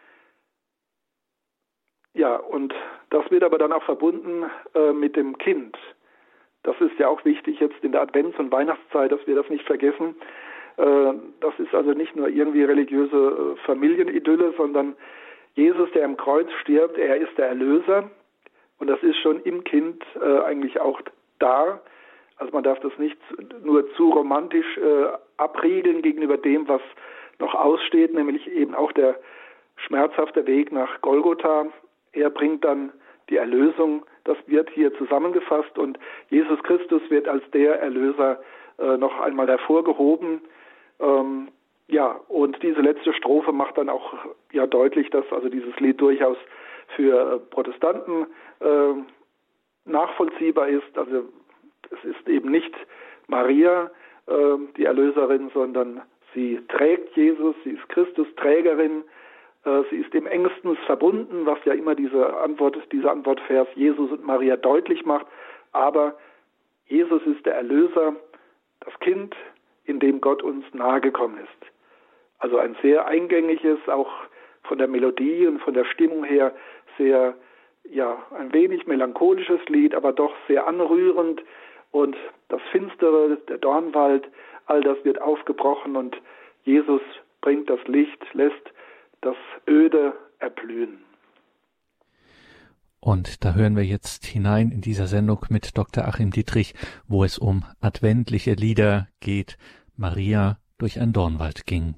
B: Ja, und das wird aber dann auch verbunden äh, mit dem Kind. Das ist ja auch wichtig jetzt in der Advents- und Weihnachtszeit, dass wir das nicht vergessen. Äh, das ist also nicht nur irgendwie religiöse äh, Familienidylle, sondern Jesus, der am Kreuz stirbt, er ist der Erlöser. Und das ist schon im Kind äh, eigentlich auch da. Also man darf das nicht nur zu romantisch äh, abriegeln gegenüber dem, was noch aussteht, nämlich eben auch der schmerzhafte Weg nach Golgotha. Er bringt dann die Erlösung. Das wird hier zusammengefasst und Jesus Christus wird als der Erlöser äh, noch einmal hervorgehoben. Ähm, ja, und diese letzte Strophe macht dann auch ja deutlich, dass also dieses Lied durchaus für äh, Protestanten äh, nachvollziehbar ist. Also es ist eben nicht Maria, äh, die Erlöserin, sondern sie trägt Jesus, sie ist Christus-Trägerin, äh, sie ist im engstens verbunden, was ja immer diese Antwort, dieser Antwortvers Jesus und Maria deutlich macht. Aber Jesus ist der Erlöser, das Kind, in dem Gott uns nahegekommen ist. Also ein sehr eingängiges, auch von der Melodie und von der Stimmung her sehr, ja, ein wenig melancholisches Lied, aber doch sehr anrührend. Und das Finstere, der Dornwald, all das wird aufgebrochen und Jesus bringt das Licht, lässt das Öde erblühen.
A: Und da hören wir jetzt hinein in dieser Sendung mit Doktor Achim Dittrich, wo es um adventliche Lieder geht. Maria durch ein Dornwald ging.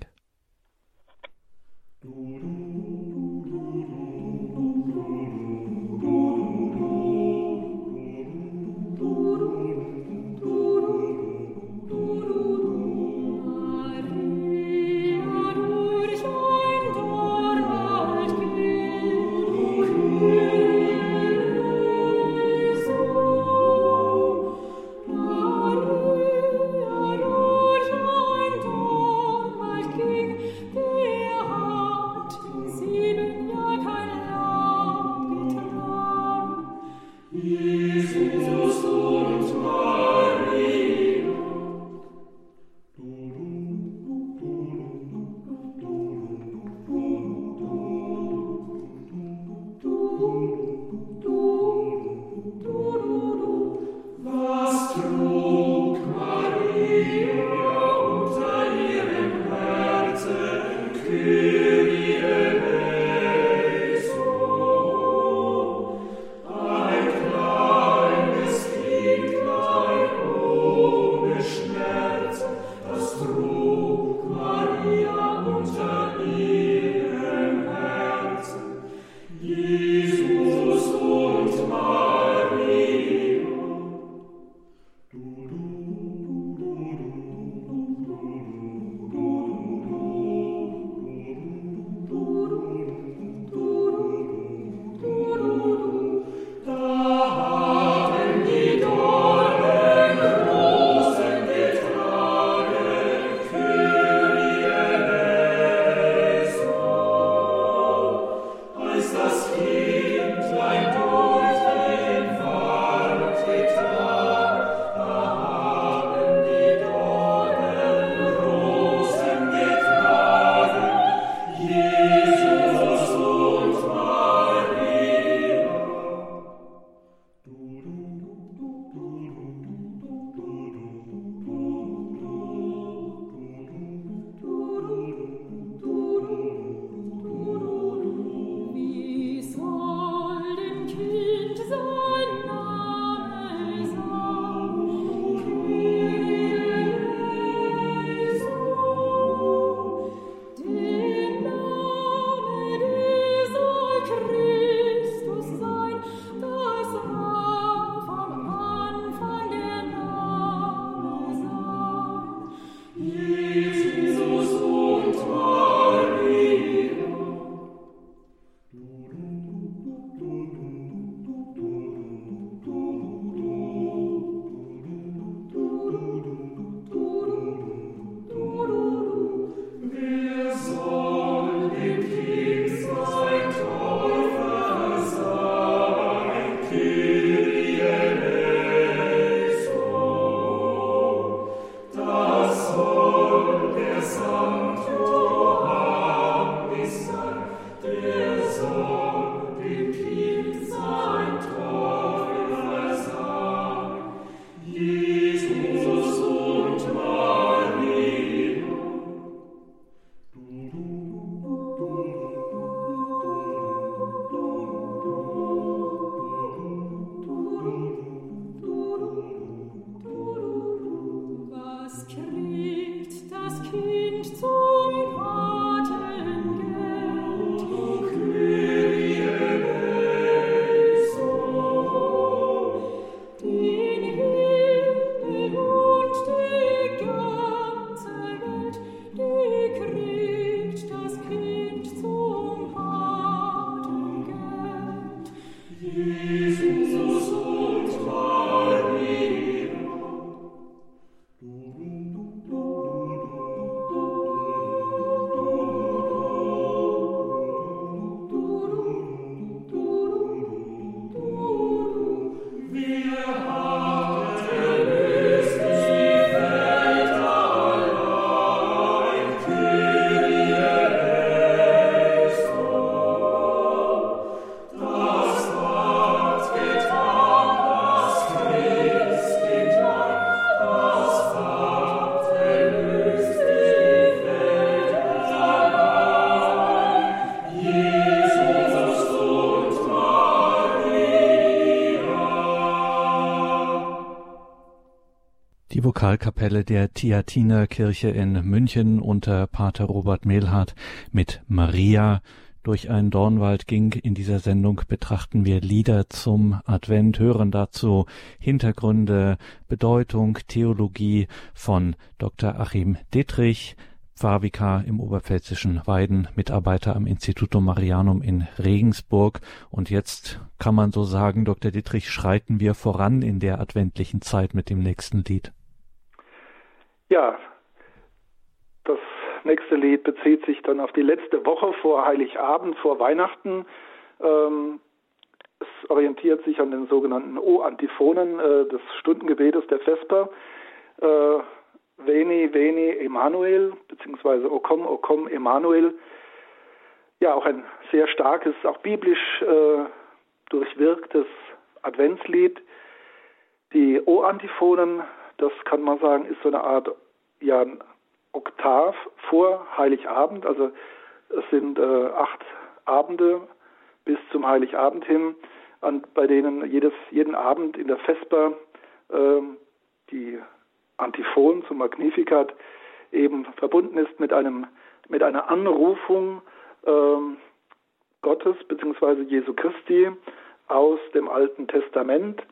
A: Die Vokalkapelle der Theatinerkirche in München unter Pater Robert Mehlhardt mit Maria. Durch einen Dornwald ging in dieser Sendung, betrachten wir Lieder zum Advent, hören dazu Hintergründe, Bedeutung, Theologie von Doktor Achim Dittrich, Pfarrvikar im oberpfälzischen Weiden, Mitarbeiter am Institutum Marianum in Regensburg. Und jetzt kann man so sagen, Doktor Dittrich, schreiten wir voran in der adventlichen Zeit mit dem nächsten Lied.
B: Ja, das nächste Lied bezieht sich dann auf die letzte Woche vor Heiligabend, vor Weihnachten. Ähm, es orientiert sich an den sogenannten O-Antiphonen äh, des Stundengebetes der Vesper. Äh, Veni, Veni, Emmanuel, beziehungsweise O komm, O komm, Emmanuel. Ja, auch ein sehr starkes, auch biblisch äh, durchwirktes Adventslied. Die O-Antiphonen, das kann man sagen, ist so eine Art, ja, ein Oktav vor Heiligabend. Also es sind äh, acht Abende bis zum Heiligabend hin, an, bei denen jedes, jeden Abend in der Vesper äh, die Antiphon zum Magnificat eben verbunden ist mit einem mit einer Anrufung äh, Gottes bzw. Jesu Christi aus dem Alten Testament.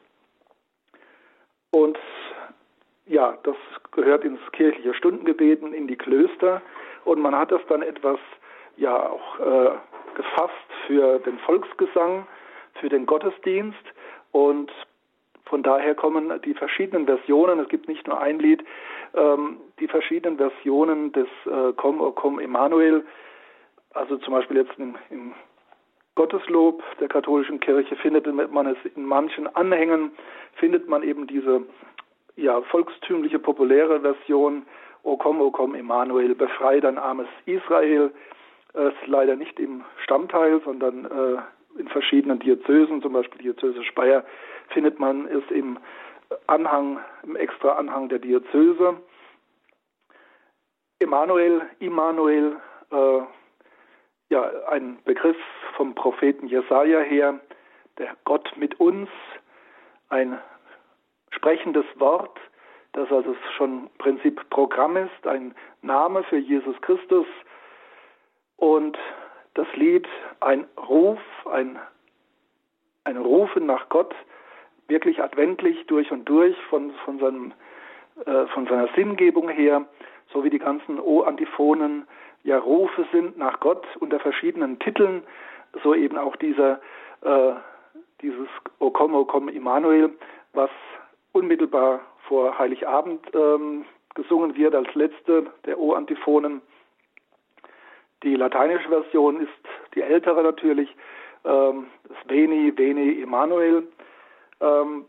B: Und ja, das gehört ins kirchliche Stundengebet, in die Klöster, und man hat das dann etwas ja auch äh, gefasst für den Volksgesang, für den Gottesdienst, und von daher kommen die verschiedenen Versionen, es gibt nicht nur ein Lied, ähm, die verschiedenen Versionen des äh, Komm, O komm, Emmanuel, also zum Beispiel jetzt im, im Gotteslob der katholischen Kirche findet man es in manchen Anhängen, findet man eben diese ja, volkstümliche, populäre Version, O komm, O komm, Emmanuel, befrei dein armes Israel. Es ist leider nicht im Stammteil, sondern äh, in verschiedenen Diözesen, zum Beispiel Diözese Speyer, findet man es im Anhang, im extra Anhang der Diözese. Emmanuel, Immanuel, äh, ja, ein Begriff vom Propheten Jesaja her, der Gott mit uns, ein sprechendes Wort, das also schon im Prinzip Programm ist, ein Name für Jesus Christus, und das Lied ein Ruf, ein, ein Rufen nach Gott, wirklich adventlich durch und durch von, von, seinem, äh, von seiner Sinngebung her, so wie die ganzen O-Antiphonen ja Rufe sind nach Gott unter verschiedenen Titeln, so eben auch dieser, äh, dieses O komm, O komm, Immanuel, was unmittelbar vor Heiligabend ähm, gesungen wird als letzte der O-Antiphonen. Die lateinische Version ist die ältere natürlich, ähm, das Veni, Veni, Emmanuel. Ähm,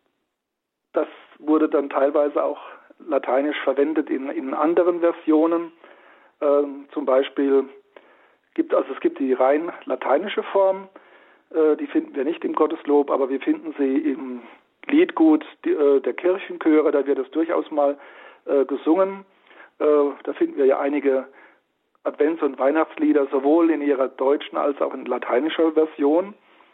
B: das wurde dann teilweise auch lateinisch verwendet in, in anderen Versionen. Ähm, zum Beispiel gibt also es gibt die rein lateinische Form, äh, die finden wir nicht im Gotteslob, aber wir finden sie im Liedgut die, äh, der Kirchenchöre, da wird es durchaus mal äh, gesungen. Äh, da finden wir ja einige Advents- und Weihnachtslieder, sowohl in ihrer deutschen als auch in lateinischer Version.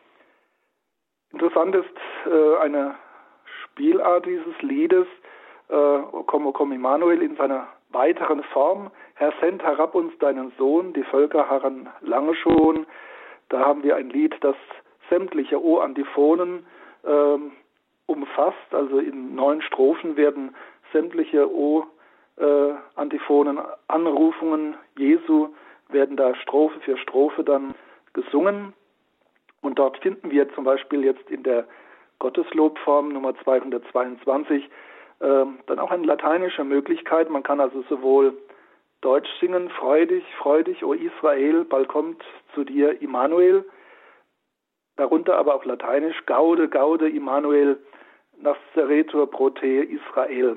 B: Interessant ist äh, eine Spielart dieses Liedes, äh, O komm, O komm, Immanuel, in seiner weiteren Form. Herr, send herab uns deinen Sohn, die Völker harren lange schon. Da haben wir ein Lied, das sämtliche O-Antiphonen äh, umfasst, also in neun Strophen werden sämtliche O-Antiphonen, Anrufungen Jesu, werden da Strophe für Strophe dann gesungen. Und dort finden wir zum Beispiel jetzt in der Gotteslobform Nummer zweihundertzweiundzwanzig äh, dann auch eine lateinische Möglichkeit. Man kann also sowohl Deutsch singen, freudig, freudig, O Israel, bald kommt zu dir Immanuel, darunter aber auch lateinisch, Gaude, Gaude, Immanuel, Nasceretur pro te Israel.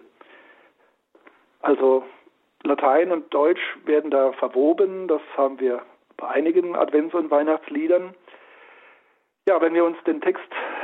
B: Also Latein und Deutsch werden da verwoben, das haben wir bei einigen Advents- und Weihnachtsliedern. Ja, wenn wir uns den Text,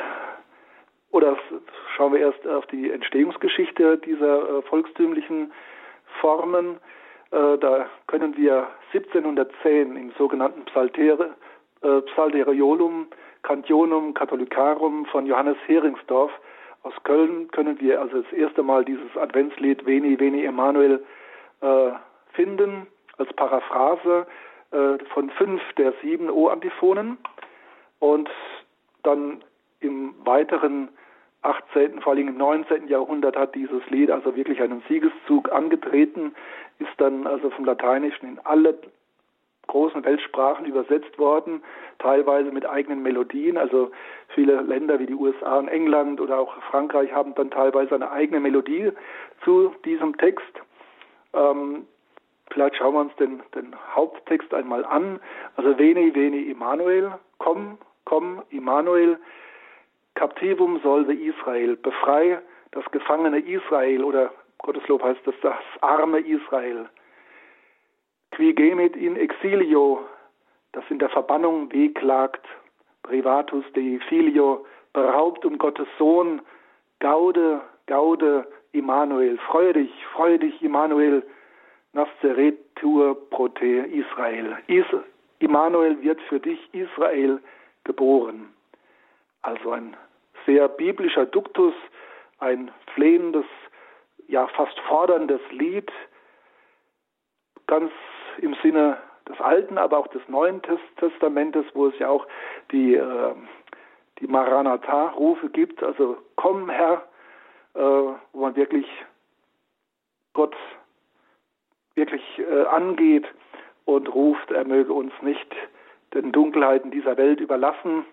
B: oder schauen wir erst auf die Entstehungsgeschichte dieser äh, volkstümlichen Formen, äh, da können wir siebzehnhundertzehn im sogenannten Psaltere, äh, Psalteriolum Cantionum Catholicarum von Johannes Heringsdorf aus Köln können wir also das erste Mal dieses Adventslied Veni, Veni, Emmanuel äh, finden, als Paraphrase äh, von fünf der sieben O-Antiphonen. Und dann im weiteren achtzehnten, vor allem im neunzehnten Jahrhundert hat dieses Lied also wirklich einen Siegeszug angetreten, ist dann also vom Lateinischen in alle großen Weltsprachen übersetzt worden, teilweise mit eigenen Melodien. Also viele Länder wie die U S A und England oder auch Frankreich haben dann teilweise eine eigene Melodie zu diesem Text. Ähm, vielleicht schauen wir uns den, den Haupttext einmal an. Also Veni, Veni, Emmanuel, komm, komm, Immanuel, Captivum solve Israel, befrei das gefangene Israel, oder Gotteslob heißt das, das arme Israel. Qui gemit in exilio, das in der Verbannung wehklagt, privatus dei filio, beraubt um Gottes Sohn, gaude, gaude, Immanuel, freue dich, freue dich, Immanuel, nasceretur pro te Israel. Is, Immanuel wird für dich Israel geboren. Also ein sehr biblischer Duktus, ein flehendes, ja fast forderndes Lied, ganz im Sinne des Alten, aber auch des Neuen Testamentes, wo es ja auch die, äh, die Maranatha-Rufe gibt, also komm Herr, äh, wo man wirklich Gott wirklich äh, angeht und ruft, er möge uns nicht den Dunkelheiten dieser Welt überlassen.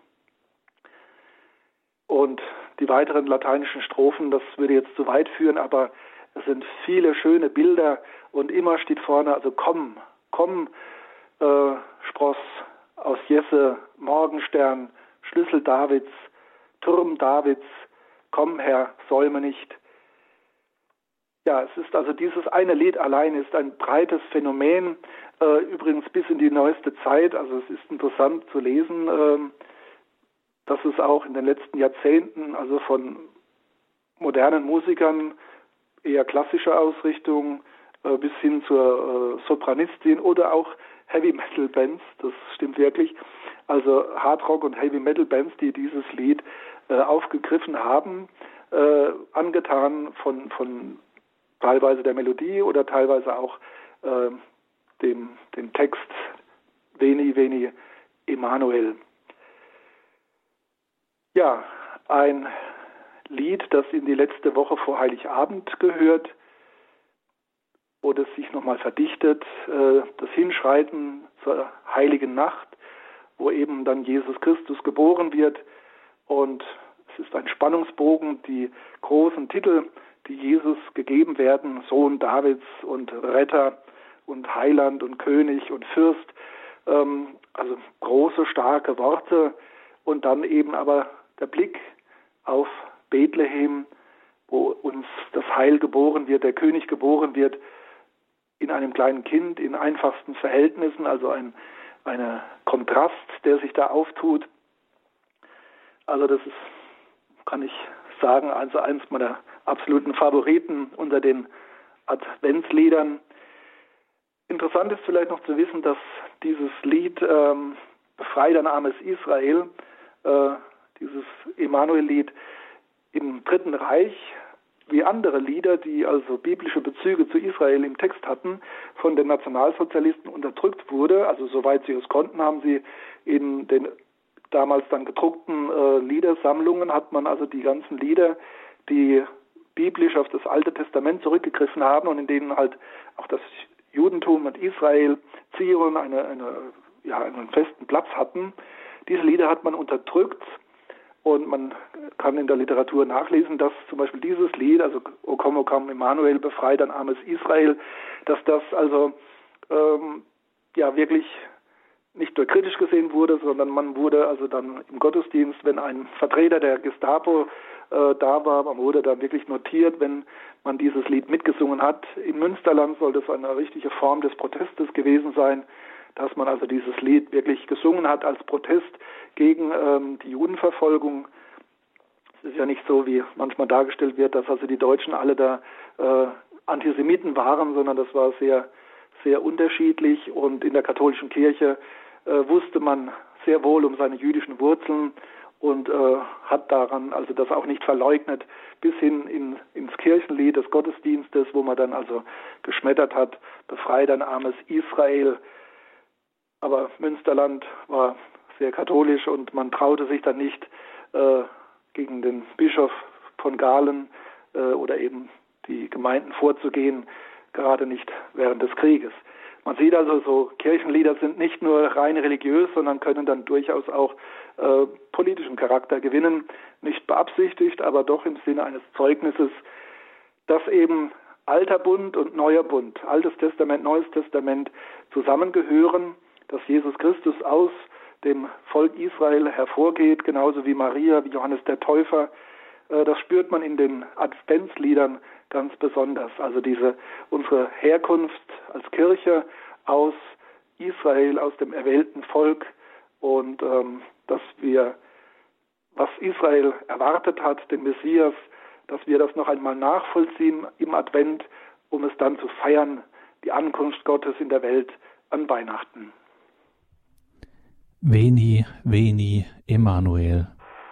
B: Und die weiteren lateinischen Strophen, das würde jetzt zu weit führen, aber es sind viele schöne Bilder und immer steht vorne, also komm, komm, äh, Spross aus Jesse, Morgenstern, Schlüssel Davids, Turm Davids, komm Herr, säume nicht. Ja, es ist also dieses eine Lied allein ist ein breites Phänomen, äh, übrigens bis in die neueste Zeit, also es ist interessant zu lesen, äh, dass es auch in den letzten Jahrzehnten, also von modernen Musikern, eher klassischer Ausrichtung, äh, bis hin zur äh, Sopranistin oder auch Heavy-Metal-Bands, das stimmt wirklich, also Hardrock- und Heavy-Metal-Bands, die dieses Lied äh, aufgegriffen haben, äh, angetan von, von teilweise der Melodie oder teilweise auch äh, dem, dem Text Veni, Veni, Emmanuel. Ja, ein Lied, das in die letzte Woche vor Heiligabend gehört, wo das sich nochmal verdichtet, äh, das Hinschreiten zur heiligen Nacht, wo eben dann Jesus Christus geboren wird. Und es ist ein Spannungsbogen, die großen Titel, die Jesus gegeben werden, Sohn Davids und Retter und Heiland und König und Fürst, ähm, also große, starke Worte und dann eben aber der Blick auf Bethlehem, wo uns das Heil geboren wird, der König geboren wird, in einem kleinen Kind, in einfachsten Verhältnissen, also ein eine Kontrast, der sich da auftut. Also das ist, kann ich sagen, also eins meiner absoluten Favoriten unter den Adventsliedern. Interessant ist vielleicht noch zu wissen, dass dieses Lied ähm, Befrei dein armes Israel, äh, dieses Emmanuel-Lied im Dritten Reich, wie andere Lieder, die also biblische Bezüge zu Israel im Text hatten, von den Nationalsozialisten unterdrückt wurde. Also soweit sie es konnten, haben sie in den damals dann gedruckten äh, Liedersammlungen, hat man also die ganzen Lieder, die biblisch auf das Alte Testament zurückgegriffen haben und in denen halt auch das Judentum und Israel, Zion eine, eine, ja, einen festen Platz hatten. Diese Lieder hat man unterdrückt. Und man kann in der Literatur nachlesen, dass zum Beispiel dieses Lied, also O komm, O komm, Emmanuel, befrei dein armes Israel, dass das also ähm, ja wirklich nicht nur kritisch gesehen wurde, sondern man wurde also dann im Gottesdienst, wenn ein Vertreter der Gestapo äh, da war, man wurde dann wirklich notiert, wenn man dieses Lied mitgesungen hat. Im Münsterland soll das eine richtige Form des Protestes gewesen sein, dass man also dieses Lied wirklich gesungen hat als Protest gegen ähm, die Judenverfolgung. Es ist ja nicht so, wie manchmal dargestellt wird, dass also die Deutschen alle da äh, Antisemiten waren, sondern das war sehr, sehr unterschiedlich. Und in der katholischen Kirche äh, wusste man sehr wohl um seine jüdischen Wurzeln und äh, hat daran also das auch nicht verleugnet, bis hin in, ins Kirchenlied des Gottesdienstes, wo man dann also geschmettert hat, befreit ein armes Israel. Aber Münsterland war sehr katholisch und man traute sich dann nicht äh, gegen den Bischof von Galen äh, oder eben die Gemeinden vorzugehen, gerade nicht während des Krieges. Man sieht also, so Kirchenlieder sind nicht nur rein religiös, sondern können dann durchaus auch äh, politischen Charakter gewinnen, nicht beabsichtigt, aber doch im Sinne eines Zeugnisses, dass eben alter Bund und neuer Bund, Altes Testament, Neues Testament zusammengehören, dass Jesus Christus aus dem Volk Israel hervorgeht, genauso wie Maria, wie Johannes der Täufer. Äh, das spürt man in den Adventsliedern ganz besonders. Also diese unsere Herkunft als Kirche aus Israel, aus dem erwählten Volk und ähm, dass wir, was Israel erwartet hat, den Messias, dass wir das noch einmal nachvollziehen im Advent, um es dann zu feiern, die Ankunft Gottes in der Welt an Weihnachten.
A: Veni, Veni, Emmanuel.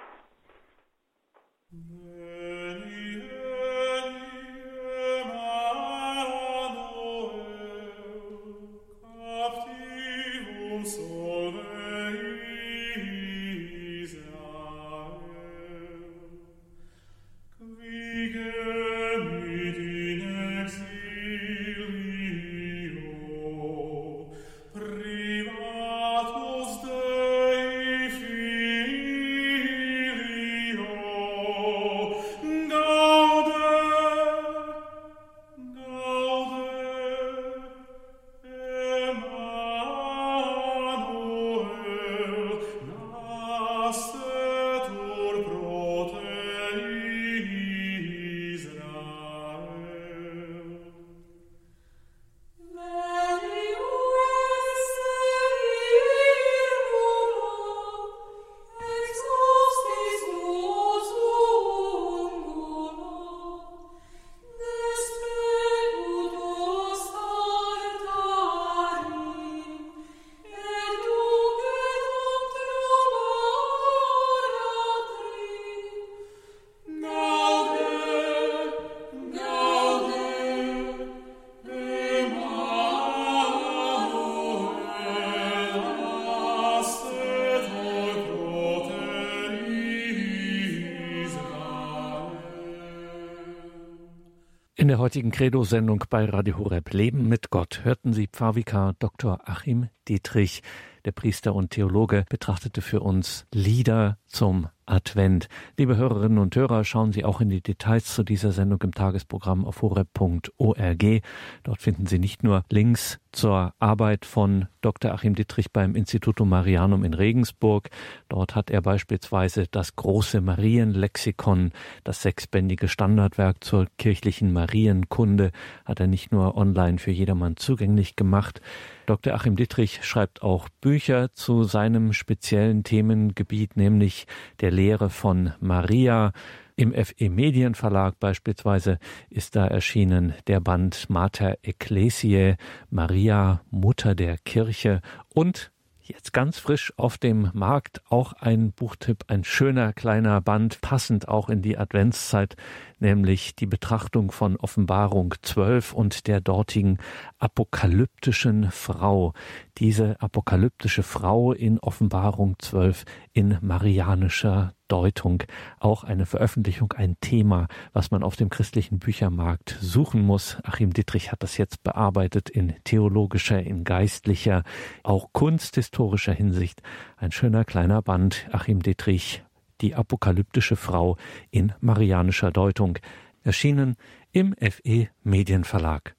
A: In der heutigen Credo-Sendung bei Radio Horeb Leben mit Gott hörten Sie Pfarrvikar Doktor Achim Dietrich. Der Priester und Theologe betrachtete für uns Lieder zum Advent. Liebe Hörerinnen und Hörer, schauen Sie auch in die Details zu dieser Sendung im Tagesprogramm auf horeb punkt org. Dort finden Sie nicht nur Links zur Arbeit von Doktor Achim Dietrich beim Institutum Marianum in Regensburg. Dort hat er beispielsweise das große Marienlexikon, das sechsbändige Standardwerk zur kirchlichen Marienkunde, hat er nicht nur online für jedermann zugänglich gemacht. Doktor Achim Dietrich schreibt auch Bücher zu seinem speziellen Themengebiet, nämlich der Lehre von Maria. Im F E Medienverlag beispielsweise ist da erschienen der Band Mater Ecclesiae, Maria, Mutter der Kirche, und jetzt ganz frisch auf dem Markt auch ein Buchtipp, ein schöner kleiner Band, passend auch in die Adventszeit, nämlich die Betrachtung von Offenbarung zwölf und der dortigen apokalyptischen Frau. Diese apokalyptische Frau in Offenbarung zwölf in marianischer Deutung. Auch eine Veröffentlichung, ein Thema, was man auf dem christlichen Büchermarkt suchen muss. Achim Dietrich hat das jetzt bearbeitet in theologischer, in geistlicher, auch kunsthistorischer Hinsicht. Ein schöner kleiner Band, Achim Dietrich, die apokalyptische Frau in marianischer Deutung, erschienen im F E Medienverlag.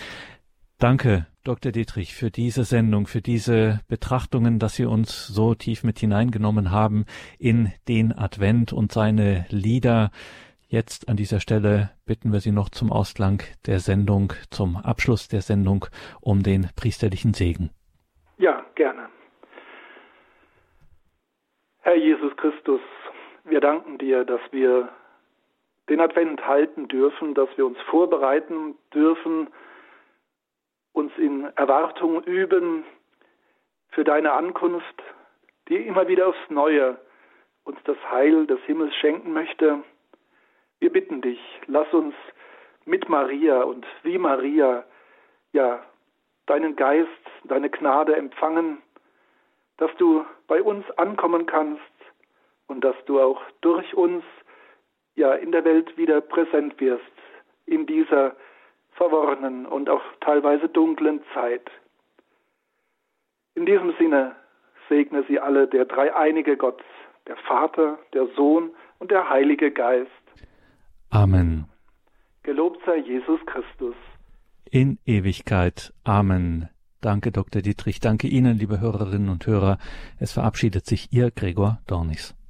A: Danke, Doktor Dietrich, für diese Sendung, für diese Betrachtungen, dass Sie uns so tief mit hineingenommen haben in den Advent und seine Lieder. Jetzt an dieser Stelle bitten wir Sie noch zum Ausklang der Sendung, zum Abschluss der Sendung um den priesterlichen Segen.
B: Ja, gerne. Herr Jesus Christus, wir danken dir, dass wir den Advent halten dürfen, dass wir uns vorbereiten dürfen, uns in Erwartung üben für deine Ankunft, die immer wieder aufs Neue uns das Heil des Himmels schenken möchte. Wir bitten dich, lass uns mit Maria und wie Maria, ja, deinen Geist, deine Gnade empfangen, dass du bei uns ankommen kannst und dass du auch durch uns, ja, in der Welt wieder präsent wirst, in dieser verworrenen und auch teilweise dunklen Zeit. In diesem Sinne segne sie alle der dreieinige Gott, der Vater, der Sohn und der Heilige Geist.
A: Amen.
B: Gelobt sei Jesus Christus.
A: In Ewigkeit. Amen. Danke, Doktor Dietrich. Danke Ihnen, liebe Hörerinnen und Hörer. Es verabschiedet sich Ihr Gregor Dornis.